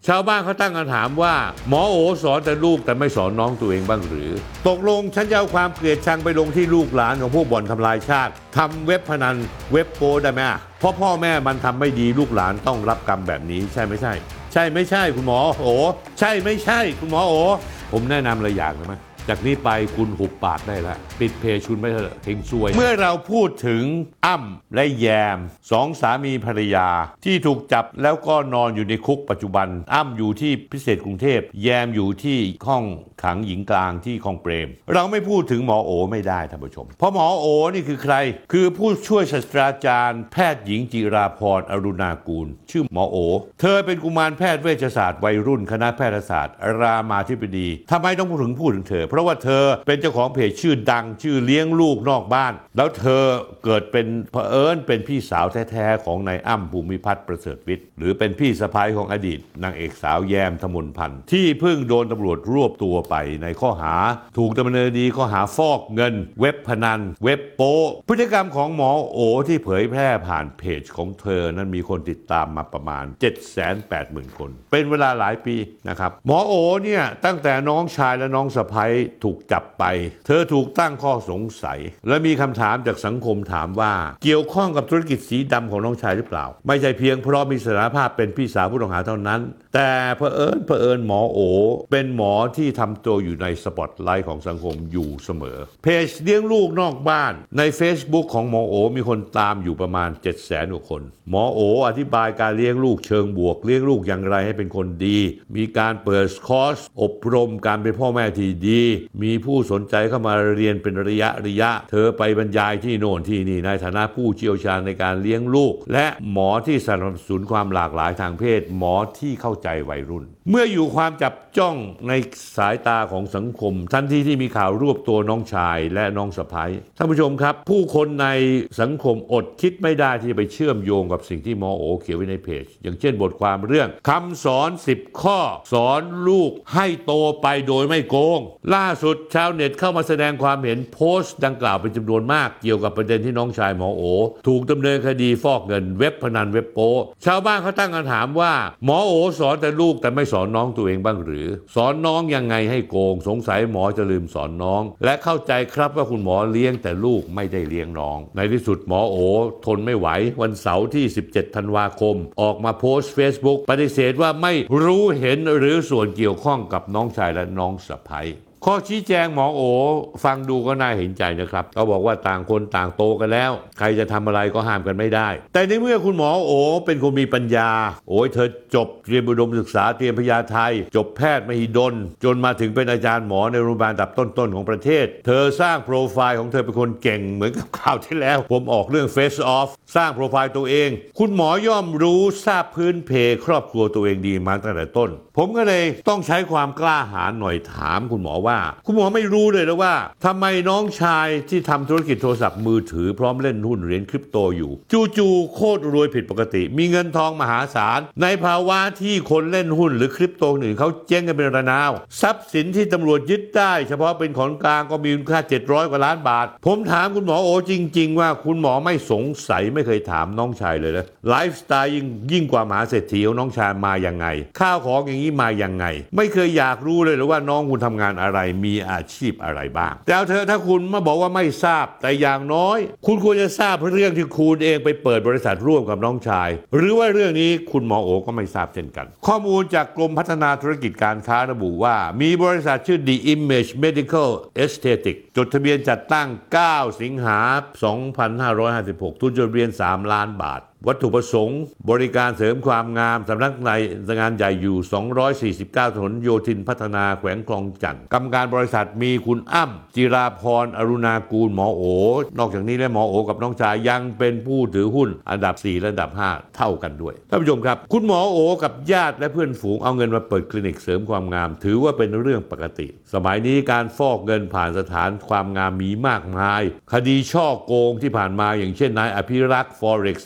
ชาวบ้านเขาตั้งคำถามว่าหมอโอสอนแต่ลูกแต่ไม่สอนน้องตัวเองบ้างหรือตกลงฉันจะเอาความเกลียดชังไปลงที่ลูกหลานของพวกบ่อนทำลายชาติทำเว็บพนันเว็บโป้ได้ไหมเพราะพ่อแม่มันทำไม่ดีลูกหลานต้องรับกรรมแบบนี้ใช่ไม่ใช่ใช่ไม่ใช่คุณหมอโอใช่ไม่ใช่คุณหมอโอผมแนะนำอะไรอย่างได้ไหมจากนี้ไปคุณหุบปากได้แล้วปิดเพจคุณไม่เถอะเฮงซวยเมื่อเราพูดถึงอ้ำและแยมสองสามีภรรยาที่ถูกจับแล้วก็นอนอยู่ในคุกปัจจุบันอ้ำอยู่ที่พิเศษกรุงเทพแยมอยู่ที่ห้องขังหญิงกลางที่คลองเปรมเราไม่พูดถึงหมอโอไม่ได้ท่านผู้ชมเพราะหมอโอนี่คือใครคือผู้ช่วยศาสตราจารย์แพทย์หญิงจิราพรอรุณากูลชื่อหมอโอเธอเป็นกุมารแพทย์เวชศาสตร์วัยรุ่นคณะแพทยศาสตร์รามาธิบดีทำไมต้องพูดถึงเธอเพราะว่าเธอเป็นเจ้าของเพจชื่อดังชื่อเลี้ยงลูกนอกบ้านแล้วเธอเกิดเป็นเผอิญเป็นพี่สาวแท้ๆของนายอ้ำภูมิพัฒน์ประเสริฐวิทย์หรือเป็นพี่สะใภ้ของอดีตนางเอกสาวแยมทมนพันธ์ที่เพิ่งโดนตำรวจรวบตัวไปในข้อหาถูกดำเนินคดีข้อหาฟอกเงินเว็บพนันเว็บโป๊พฤติกรรมของหมอโอที่เผยแพร่ผ่านเพจของเธอนั้นมีคนติดตามมาประมาณ 780,000 คนเป็นเวลาหลายปีนะครับหมอโอเนี่ยตั้งแต่น้องชายและน้องสะใภ้ถูกจับไปเธอถูกตั้งข้อสงสัยและมีคำถามจากสังคมถามว่าเกี่ยวข้องกับธุรกิจสีดำของน้องชายหรือเปล่าไม่ใช่เพียงเพราะมีสถานภาพเป็นพี่สาวผู้ต้องหาเท่านั้นแต่เผอิญหมอโอเป็นหมอที่ทำตัวอยู่ในสปอตไลท์ของสังคมอยู่เสมอเพจเลี้ยงลูกนอกบ้านใน Facebook ของหมอโอมีคนตามอยู่ประมาณ 700,000 กว่าคนหมอโออธิบายการเลี้ยงลูกเชิงบวกเลี้ยงลูกอย่างไรให้เป็นคนดีมีการเปิดคอร์สอบรมการเป็นพ่อแม่ที่ดีมีผู้สนใจเข้ามาเรียนเป็นระยะเธอไปบรรยายที่โน่นที่นี่ในฐานะผู้เชี่ยวชาญในการเลี้ยงลูกและหมอที่สนับสนุนความหลากหลายทางเพศหมอที่เข้าใจวัยรุ่นเมื่ออยู่ความจับจ้องในสายตาของสังคมทันทีที่มีข่าวรวบตัวน้องชายและน้องสะใภ้ท่านผู้ชมครับผู้คนในสังคมอดคิดไม่ได้ที่จะไปเชื่อมโยงกับสิ่งที่หมอโอเขียนไว้ในเพจอย่างเช่นบทความเรื่องคำสอน10 ข้อสอนลูกให้โตไปโดยไม่โกงล่าสุดชาวเน็ตเข้ามาแสดงความเห็นโพสต์ดังกล่าวเป็นจำนวนมากเกี่ยวกับประเด็นที่น้องชายหมอโอถูกดำเนินคดีฟอกเงินเว็บพนันเว็บโป๊ชาวบ้านเขาตั้งคำถามว่าหมอโอสอนแต่ลูกแต่ไม่สอนน้องตัวเองบ้างหรือสอนน้องยังไงให้โกงสงสัยหมอจะลืมสอนน้องและเข้าใจครับว่าคุณหมอเลี้ยงแต่ลูกไม่ได้เลี้ยงน้องในที่สุดหมอโอทนไม่ไหววันเสาร์ที่17 ธันวาคมออกมาโพสต์ Facebook ปฏิเสธว่าไม่รู้เห็นหรือส่วนเกี่ยวข้องกับน้องชายและน้องสะใภ้ข้อชี้แจงหมอโอฟังดูก็น่าเห็นใจนะครับเขาบอกว่าต่างคนต่างโตกันแล้วใครจะทำอะไรก็ห้ามกันไม่ได้แต่ในเมื่อคุณหมอโอเป็นคนมีปัญญาเธอจบเตรียมอุดมศึกษาเตรียมพยาไทจบแพทย์มหิดลจนมาถึงเป็นอาจารย์หมอในโรงพยาบาลอันดับต้นๆของประเทศเธอสร้างโปรไฟล์ของเธอเป็นคนเก่งเหมือนกับข่าวที่แล้วผมออกเรื่อง Face Off สร้างโปรไฟล์ตัวเองคุณหมอย่อมรู้ทราบพื้นเพครอบครัวตัวเองดีมาตั้งแต่ต้นผมก็เลยต้องใช้ความกล้าหาญหน่อยถามคุณหมอว่าคุณหมอไม่รู้เลยนะว่าทำไมน้องชายที่ทำธุรกิจโทรศัพท์มือถือพร้อมเล่นหุ้นเหรียญคริปโตอยู่จู่ๆโคตรรวยผิดปกติมีเงินทองมหาศาลในภาวะที่คนเล่นหุ้นหรือคริปโตอื่นเขาเจ๊งกันเป็นระนาวทรัพย์สินที่ตำรวจยึดได้เฉพาะเป็นของกลางก็มีมูลค่า700 กว่าล้านบาทผมถามคุณหมอโอจริงๆว่าคุณหมอไม่สงสัยไม่เคยถามน้องชายเลยนะไลฟ์สไตล์ยิ่งกว่ามหาเศรษฐีของน้องชายมายังไงข้าวของอย่างนี้มายังไงไม่เคยอยากรู้เลยหรือว่าน้องคุณทำงานอะไรมีอาชีพอะไรบ้างแต่เอาเถอะถ้าคุณมาบอกว่าไม่ทราบแต่อย่างน้อยคุณควรจะทราบเรื่องที่คุณเองไปเปิดบริษัทร่วมกับน้องชายหรือว่าเรื่องนี้คุณหมอโอก็ไม่ทราบเช่นกันข้อมูลจากกรมพัฒนาธุรกิจการค้าระบุว่ามีบริษัทชื่อ The Image Medical Aesthetic จดทะเบียนจัดตั้ง9 สิงหาคม 2556ทุนจดทะเบียน3 ล้านบาทวัตถุประสงค์บริการเสริมความงามสำนักงานใหญ่อยู่249ถนนโยธินพัฒนาแขวงคลองจันทน์กรรมการบริษัทมีคุณอ้ำจิราพรอรุณากูลหมอโอนอกจากนี้และหมอโอกับน้องชายยังเป็นผู้ถือหุ้นอันดับ4และอันดับ5เท่ากันด้วยท่านผู้ชมครับคุณหมอโอกับญาติและเพื่อนฝูงเอาเงินมาเปิดคลินิกเสริมความงามถือว่าเป็นเรื่องปกติสมัยนี้การฟอกเงินผ่านสถานความงามมีมากมายคดีช่อโกงที่ผ่านมาอย่างเช่นนายอภิรักษ์ Forex 3D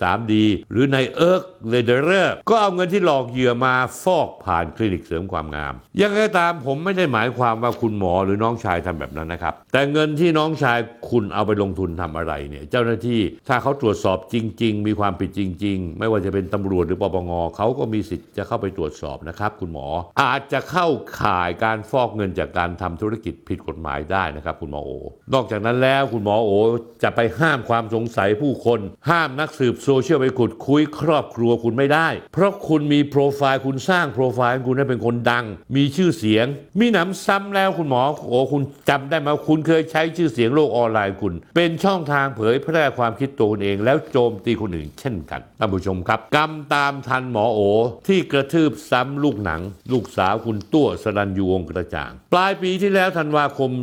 หรือนายเอิร์กเลเดอร์ก็เอาเงินที่หลอกเหยื่อมาฟอกผ่านคลินิกเสริมความงามยังไงก็ตามผมไม่ได้หมายความว่าคุณหมอหรือน้องชายทำแบบนั้นนะครับแต่เงินที่น้องชายคุณเอาไปลงทุนทำอะไรเนี่ยเจ้าหน้าที่ถ้าเขาตรวจสอบจริงๆมีความผิดจริงๆไม่ว่าจะเป็นตำรวจหรือปปงเขาก็มีสิทธิ์จะเข้าไปตรวจสอบนะครับคุณหมออาจจะเข้าข่ายการฟอกเงินจากการทำธุรกิจผิดกฎหมายได้นะครับคุณหมอโอนอกจากนั้นแล้วคุณหมอโอจะไปห้ามความสงสัยผู้คนห้ามนักสืบโซเชียลไปขุดคุยครอบครัวคุณไม่ได้เพราะคุณมีโปรไฟล์คุณสร้างโปรไฟล์คุณให้เป็นคนดังมีชื่อเสียงมีหนำซ้ำแล้วคุณหมอโอคุณจำได้ไหมคุณเคยใช้ชื่อเสียงโลกออนไลน์คุณเป็นช่องทางเผยแพร่ความคิดตัวคุณเองแล้วโจมตีคนอื่นเช่นกันท่านผู้ชมครับกรรมตามทันหมอโอที่กระทืบซ้ำลูกหนังลูกสาวคุณตัวสรัญยูวงศ์กระจ่างปลายปีที่แล้วธันวาคม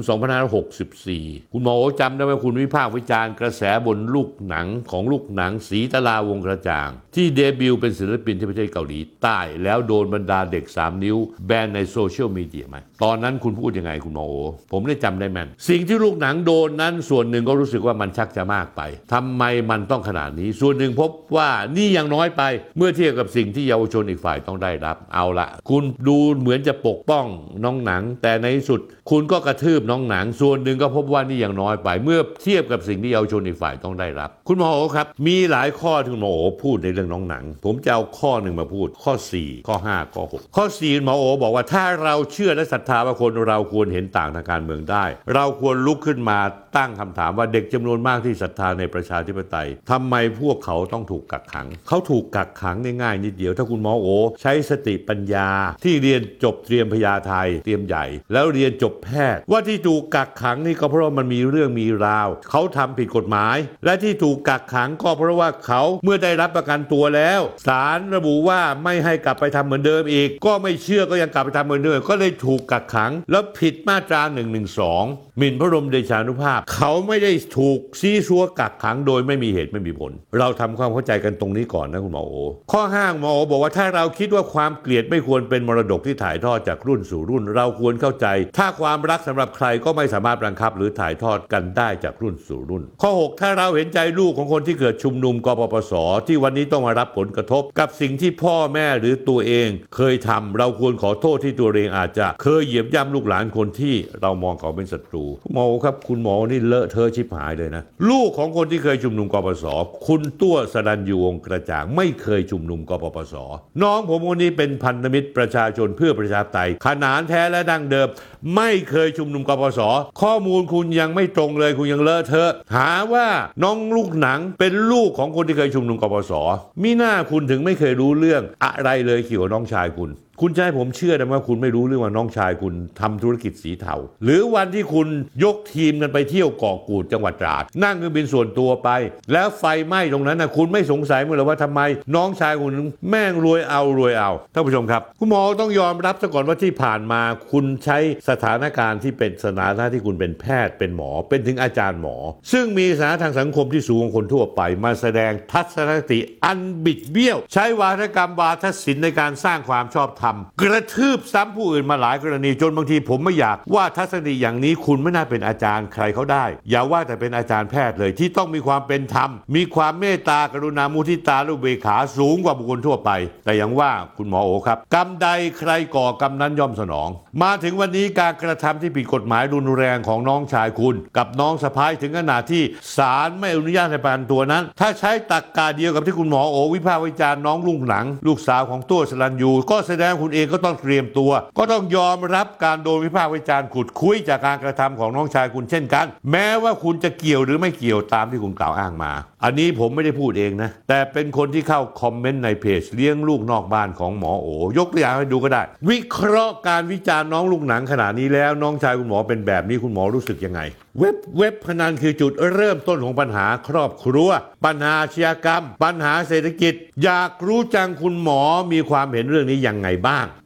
2564คุณหมอโอจำได้ไหมคุณวิพากษ์วิจารณ์กระแสบนลูกหนังของลูกหนังศรีตลาวงศ์กระจ่างที่เดบิวต์เป็นศิลปินที่ประเทศเกาหลีใต้แล้วโดนบรรดาเด็ก3นิ้วแบนในโซเชียลมีเดียไหมตอนนั้นคุณพูดยังไงคุณหมอโอผมได้จำได้แม่นสิ่งที่ลูกหนังโดนนั้นส่วนหนึ่งก็รู้สึกว่ามันชักจะมากไปทำไมมันต้องขนาดนี้ส่วนหนึ่งพบว่านี่ยังน้อยไปเมื่อเทียบกับสิ่งที่เยาวชนอีกฝ่ายต้องได้รับเอาละคุณดูเหมือนจะปกป้องน้องหนังแต่ในที่สุดคุณก็กระทืบน้องหนังส่วนหนึ่งก็พบว่านี่ยังน้อยไปเมื่อเทียบกับสิ่งที่เยาวชนอีกฝ่ายต้องได้รับคุณหมอโอครับมีหลายข้อที่คุณหมอโอพูดในเรื่องน้องหนังผมจะเอาข้อหนึ่งมาพูดข้อ4ข้อ5ข้อ6ข้อ4หมอโอบอกว่าถ้าเราเชื่อและศรัทธาว่าคนเราควรเห็นต่างทางการเมืองได้เราควรลุกขึ้นมาตั้งคำถามว่าเด็กจำนวนมากที่ศรัทธาในประชาธิปไตยทำไมพวกเขาต้องถูกกักขังเขาถูกกักขังง่ายๆนิดเดียวถ้าคุณหมอโอใช้สติปัญญาที่เรียนจบเตรียมพยาไทเตรียมใหญ่แล้วเรียนจบแพทย์ว่าที่ถูกกักขังนี่ก็เพราะว่ามันมีเรื่องมีราวเขาทำผิดกฎหมายและที่ถูกกักขังก็เพราะว่าเขาเมื่อได้รับประกันตัวแล้วศาลระบุว่าไม่ให้กลับไปทำเหมือนเดิมอีกก็ไม่เชื่อก็ยังกลับไปทำเหมือนเดิมก็เลยถูกกักขังแล้วผิดมาตรา112หมิ่นพระบรมเดชานุภาพเขาไม่ได้ถูกซี้ซัวกักขังโดยไม่มีเหตุไม่มีผลเราทำความเข้าใจกันตรงนี้ก่อนนะคุณหมอโอข้อ5หมอโอบอกว่าถ้าเราคิดว่าความเกลียดไม่ควรเป็นมรดกที่ถ่ายทอดจากรุ่นสู่รุ่นเราควรเข้าใจถ้าความรักสำหรับใครก็ไม่สามารถบังคับหรือถ่ายทอดกันได้จากรุ่นสู่รุ่นข้อ6ถ้าเราเห็นใจลูกของคนที่เกิดชุมนุมกปปสที่วันนี้ต้องมารับผลกระทบกับสิ่งที่พ่อแม่หรือตัวเองเคยทำเราควรขอโทษที่ตัวเองอาจจะเคยเหยียบย่ำลูกหลานคนที่เรามองเขาเป็นศัตรูหมอครับคุณหมอนี่เลอะเทอะชิบหายเลยนะลูกของคนที่เคยชุมนุมกปปสคุณตัวสรัญยูวงศ์กระจ่างไม่เคยชุมนุมกปปสน้องผมคนนี้เป็นพันธมิตรประชาชนเพื่อประชาธิปไตยขนานแท้และดั้งเดิมไม่เคยชุมนุมกปปสข้อมูลคุณยังไม่ตรงเลยคุณยังเลอะเทอะหาว่าน้องลูกหนังเป็นลูกของคนที่เคยชุมนุมกปปสมิน่าคุณถึงไม่เคยรู้เรื่องอะไรเลยเกี่ยวกับน้องชายคุณจะให้ผมเชื่อได้ว่าคุณไม่รู้เรื่องว่าน้องชายคุณทำธุรกิจสีเทาหรือวันที่คุณยกทีมกันไปเที่ยวเกาะกูดจังหวัดตราดนั่งเครื่องบินส่วนตัวไปแล้วไฟไหม้ตรงนั้นนะคุณไม่สงสัยมั้ยเหรอว่าทำไมน้องชายคุณแม่งรวยเอาท่านผู้ชมครับคุณหมอต้องยอมรับซะก่อนว่าที่ผ่านมาคุณใช้สถานการณ์ที่เป็นสถานะที่คุณเป็นแพทย์เป็นหมอเป็นถึงอาจารย์หมอซึ่งมีสถานะทางสังคมที่สูงกว่าคนทั่วไปมาแสดงทัศนคติอันบิดเบี้ยวใช้วาทกรรมวาทศิลป์ในการสร้างความชอบธรรมกระทืบซ้ำผู้อื่นมาหลายกรณีจนบางทีผมไม่อยากว่าทัศนคติอย่างนี้คุณไม่น่าเป็นอาจารย์ใครเขาได้อย่าว่าแต่เป็นอาจารย์แพทย์เลยที่ต้องมีความเป็นธรรมมีความเมตตากรุณามุทิตาและอุเบกขาสูงกว่าบุคคลทั่วไปแต่อย่างว่าคุณหมอโอครับกรรมใดใครก่อกรรมนั้นย่อมสนองมาถึงวันนี้การกระทำที่ผิดกฎหมายรุนแรงของน้องชายคุณกับน้องสะพ้ายถึงขนาดที่ศาลไม่อนุญาตให้ประกันตัวนั้นถ้าใช้ตรรกะเดียวกับที่คุณหมอโอวิพากษ์วิจารณ์น้องลูกหนังลูกสาวของตัวสรัญยูก็แสดงคุณเองก็ต้องเตรียมตัวก็ต้องยอมรับการโดนวิพากษ์วิจารณ์ขุดคุยจากการกระทำของน้องชายคุณเช่นกันแม้ว่าคุณจะเกี่ยวหรือไม่เกี่ยวตามที่คุณกล่าวอ้างมาอันนี้ผมไม่ได้พูดเองนะแต่เป็นคนที่เข้าคอมเมนต์ในเพจเลี้ยงลูกนอกบ้านของหมอโอยกตัวอย่างให้ดูก็ได้วิเคราะห์การวิจารณ์น้องลูกหนังขนาดนี้แล้วน้องชายคุณหมอเป็นแบบนี้คุณหมอรู้สึกยังไงเว็บพนันคือจุดเริ่มต้นของปัญหาครอบครัวปัญหาอาชญากรรมปัญหาเศรษฐกิจอยากรู้จังคุณหมอมีความเห็นเรื่องนี้ยังไงบ้าง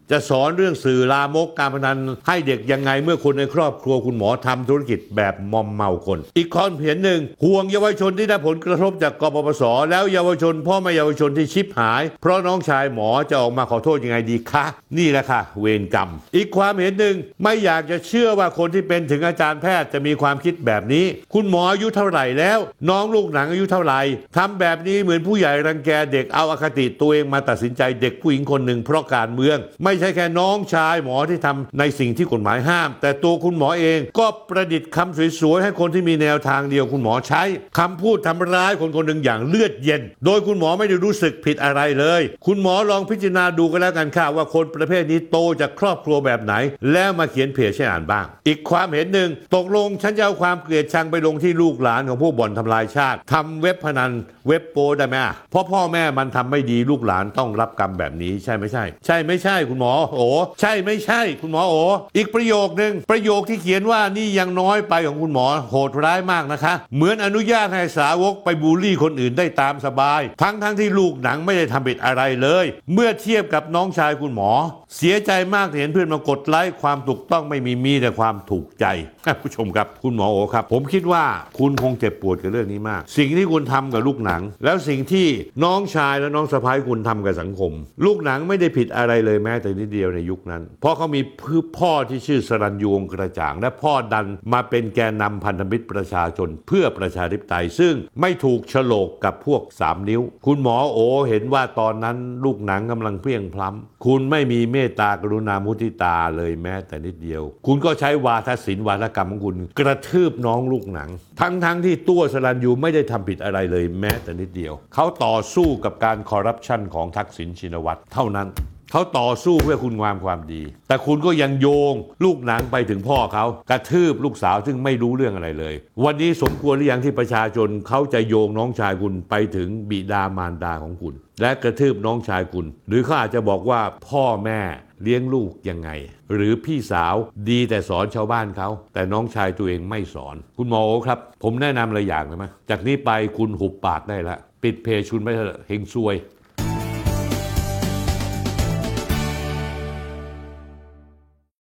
จะสอนเรื่องสื่อลามกการพนันให้เด็กยังไงเมื่อคนในครอบครัวคุณหมอทำธุรกิจแบบมอมเมาคน อีกความเห็นหนึ่งห่วงเยาวชนที่ได้ผลกระทบจากกปปส.แล้วเยาวชนพ่อแม่เยาวชนที่ชิบหายเพราะน้องชายหมอจะออกมาขอโทษยังไงดีคะนี่แหละค่ะเวรกรรมอีกความเห็นหนึ่งไม่อยากจะเชื่อว่าคนที่เป็นถึงอาจารย์แพทย์จะมีความคิดแบบนี้คุณหมออายุเท่าไหร่แล้วน้องลูกหนังอายุเท่าไหร่ทำแบบนี้เหมือนผู้ใหญ่รังแกเด็กเอาอคติตัวเองมาตัดสินใจเด็กผู้หญิงคนหนึ่งเพราะการเมืองไม่ใช่แค่น้องชายหมอที่ทำในสิ่งที่กฎหมายห้ามแต่ตัวคุณหมอเองก็ประดิษฐ์คำสวยๆให้คนที่มีแนวทางเดียวคุณหมอใช้คำพูดทำร้ายคนคนหนึ่งอย่างเลือดเย็นโดยคุณหมอไม่ได้รู้สึกผิดอะไรเลยคุณหมอลองพิจารณาดูกันแล้วกันค่ะว่าคนประเภทนี้โตจากครอบครัวแบบไหนแล้วมาเขียนเพจให้อ่านบ้างอีกความเห็นหนึ่งตกลงฉันจะเอาความเกลียดชังไปลงที่ลูกหลานของพวกบ่อนทำลายชาติทำเว็บพนันเว็บโปได้ไหมเพราะพ่อแม่มันทำไม่ดีลูกหลานต้องรับกรรมแบบนี้ใช่ไม่ใช่ใช่ไม่ใช่คุณหมอโอ้ใช่ไม่ใช่คุณหมอโอ้อีกประโยคนึงประโยคที่เขียนว่านี่ยังน้อยไปของคุณหมอโหดร้ายมากนะคะเหมือนอนุญาตให้สาวกไปบูลลี่คนอื่นได้ตามสบายทั้งที่ลูกหนังไม่ได้ทำผิดอะไรเลยเมื่อเทียบกับน้องชายคุณหมอเสียใจมากที่เห็นเพื่อนมากดไลค์ความถูกต้องไม่มีแต่ความถูกใจท่านผู้ชมครับคุณหมอโอครับผมคิดว่าคุณคงเจ็บปวดกับเรื่องนี้มากสิ่งที่คุณทำกับลูกหนังแล้วสิ่งที่น้องชายและน้องสะใภ้คุณทำกับสังคมลูกหนังไม่ได้ผิดอะไรเลยแม้แต่นิดเดียวในยุคนั้นเพราะเขามีพ่อที่ชื่อสรัญยูวงศ์กระจ่างและพ่อดันมาเป็นแกนนำพันธมิตรประชาชนเพื่อประชาธิปไตยซึ่งไม่ถูกโฉลกกับพวก3 นิ้วคุณหมอโอเห็นว่าตอนนั้นลูกหนังกำลังเพลียงพล้ำคุณไม่มีเมตตากรุณามุทิตาเลยแม้แต่นิดเดียวคุณก็ใช้วาทศิลป์วาทกรรมของคุณกระทืบน้องลูกหนังทั้งที่ตัวสรัญยูไม่ได้ทำผิดอะไรเลยแม้แต่นิดเดียวเขาต่อสู้กับการคอร์รัปชันของทักษิณชินวัตรเท่านั้นเขาต่อสู้เพื่อคุณงามความดีแต่คุณก็ยังโยงลูกหนังไปถึงพ่อเขากระทืบลูกสาวซึ่งไม่รู้เรื่องอะไรเลยวันนี้สมควรหรือยังที่ประชาชนเขาจะโยงน้องชายคุณไปถึงบิดามารดาของคุณและกระทืบน้องชายคุณหรือเขาอาจจะบอกว่าพ่อแม่เลี้ยงลูกยังไงหรือพี่สาวดีแต่สอนชาวบ้านเขาแต่น้องชายตัวเองไม่สอนคุณหมอครับผมแนะนำอะไรอย่างเลยไหมจากนี้ไปคุณหุบปากได้แล้วปิดเพจคุณไม่เถอะเฮงซวย